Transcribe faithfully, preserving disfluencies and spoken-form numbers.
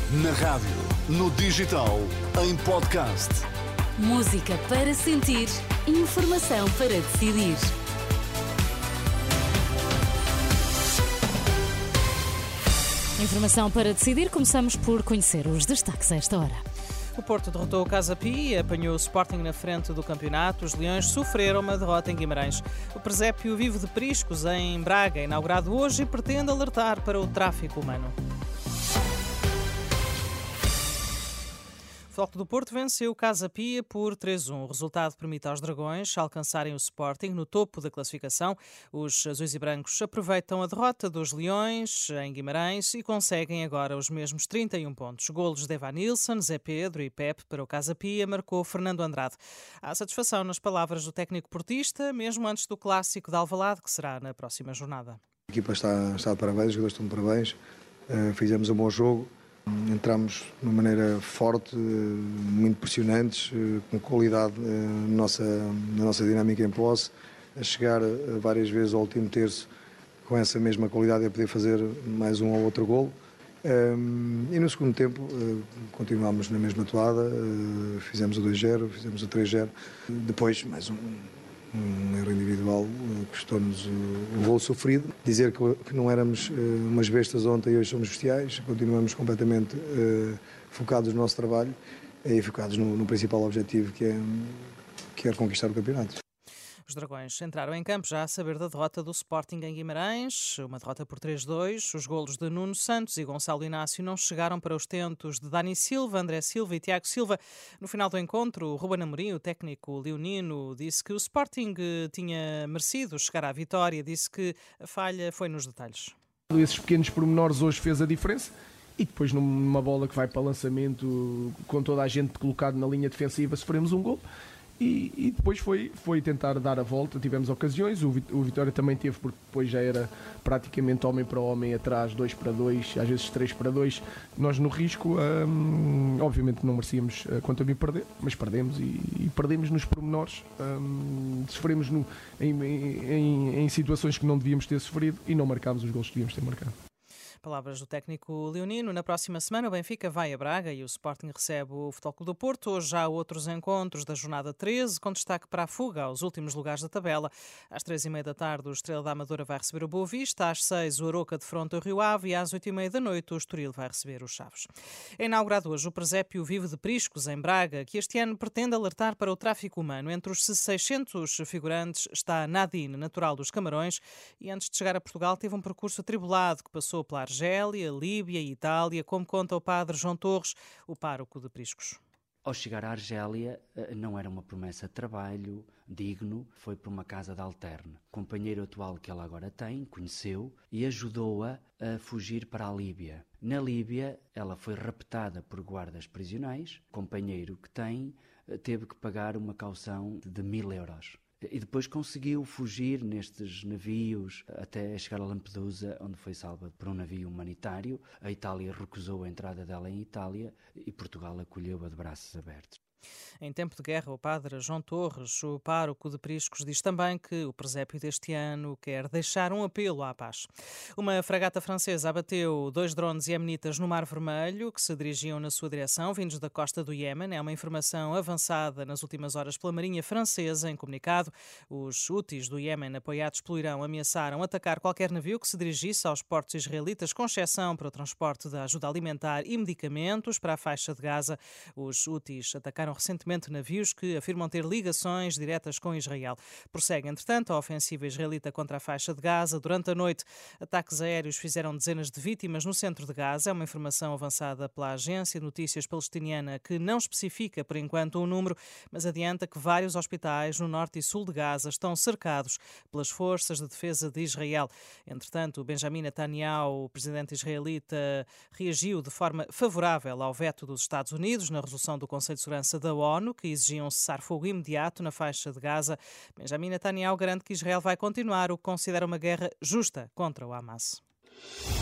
Na rádio, no digital, em podcast. Música para sentir, informação para decidir. Informação para decidir, começamos por conhecer os destaques a esta hora. O Porto derrotou o Casa Pia e apanhou o Sporting na frente do campeonato. Os Leões sofreram uma derrota em Guimarães. O presépio vive de Priscos, em Braga, inaugurado hoje, e pretende alertar para o tráfico humano. O Futebol Clube do Porto venceu o Casa Pia por três a um. O resultado permite aos Dragões alcançarem o Sporting no topo da classificação. Os azuis e brancos aproveitam a derrota dos Leões em Guimarães e conseguem agora os mesmos trinta e um pontos. Golos de Evan Nilsson, Zé Pedro e Pepe para o Casa Pia, marcou Fernando Andrade. Há satisfação nas palavras do técnico portista, mesmo antes do clássico de Alvalade, que será na próxima jornada. A equipa está, está de parabéns, os jogadores estão de parabéns. Uh, fizemos um bom jogo. Entramos de uma maneira forte, muito impressionantes, com qualidade na nossa, na nossa dinâmica em posse, a chegar várias vezes ao último terço com essa mesma qualidade e a poder fazer mais um ou outro golo. E no segundo tempo continuámos na mesma toada, fizemos o dois a zero, fizemos o três a zero, depois mais um. Um erro individual custou-nos o golo sofrido. Dizer que não éramos umas bestas ontem e hoje somos bestiais, continuamos completamente uh, focados no nosso trabalho e focados no, no principal objetivo, que é, que é conquistar o campeonato. Os Dragões entraram em campo já a saber da derrota do Sporting em Guimarães, uma derrota por três a dois. Os golos de Nuno Santos e Gonçalo Inácio não chegaram para os tentos de Dani Silva, André Silva e Tiago Silva. No final do encontro, o Ruben Amorim, o técnico leonino, disse que o Sporting tinha merecido chegar à vitória, disse que a falha foi nos detalhes. Esses pequenos pormenores hoje fez a diferença. E depois numa bola que vai para lançamento, com toda a gente colocado na linha defensiva, sofremos um gol. E, e depois foi, foi tentar dar a volta, tivemos ocasiões, o, o Vitória também teve, porque depois já era praticamente homem para homem atrás, dois para dois, às vezes três para dois. Nós no risco, hum, obviamente não merecíamos quanto a mim perder, mas perdemos e, e perdemos nos pormenores, hum, sofremos no, em, em, em situações que não devíamos ter sofrido e não marcámos os gols que devíamos ter marcado. Palavras do técnico leonino. Na próxima semana o Benfica vai a Braga e o Sporting recebe o Futebol Clube do Porto. Hoje há outros encontros da jornada treze, com destaque para a fuga aos últimos lugares da tabela. Às três e meia da tarde o Estrela da Amadora vai receber o Boa Vista, às seis o Aroca defronta o Rio Ave e às oito e meia da noite o Estoril vai receber os Chaves. É inaugurado hoje o presépio vivo de Priscos, em Braga, que este ano pretende alertar para o tráfico humano. Entre os seiscentos figurantes está Nadine, natural dos Camarões, e antes de chegar a Portugal teve um percurso atribulado que passou pela Argélia, Líbia e Itália, como conta o padre João Torres, o pároco de Priscos. Ao chegar à Argélia, não era uma promessa de trabalho digno, foi para uma casa de alterne. O companheiro atual que ela agora tem, conheceu e ajudou-a a fugir para a Líbia. Na Líbia, ela foi raptada por guardas prisionais. O companheiro que tem teve que pagar uma caução de mil euros. E depois conseguiu fugir nestes navios até chegar a Lampedusa, onde foi salva por um navio humanitário. A Itália recusou a entrada dela em Itália e Portugal acolheu-a de braços abertos. Em tempo de guerra, o padre João Torres, o pároco de Priscos, diz também que o presépio deste ano quer deixar um apelo à paz. Uma fragata francesa abateu dois drones iemenitas no Mar Vermelho, que se dirigiam na sua direção, vindos da costa do Iémen. É uma informação avançada nas últimas horas pela Marinha Francesa. Em comunicado, os Houthis do Iémen, apoiados pelo Irão, ameaçaram atacar qualquer navio que se dirigisse aos portos israelitas, com exceção para o transporte da ajuda alimentar e medicamentos para a faixa de Gaza. Os Houthis atacaram recentemente navios que afirmam ter ligações diretas com Israel. Prossegue, entretanto, a ofensiva israelita contra a faixa de Gaza. Durante a noite, ataques aéreos fizeram dezenas de vítimas no centro de Gaza. É uma informação avançada pela agência de notícias palestiniana, que não especifica, por enquanto, um número, mas adianta que vários hospitais no norte e sul de Gaza estão cercados pelas forças de defesa de Israel. Entretanto, Benjamin Netanyahu, o presidente israelita, reagiu de forma favorável ao veto dos Estados Unidos na resolução do Conselho de Segurança da ONU, que exigiam um cessar-fogo imediato na faixa de Gaza. Benjamin Netanyahu garante que Israel vai continuar o que considera uma guerra justa contra o Hamas.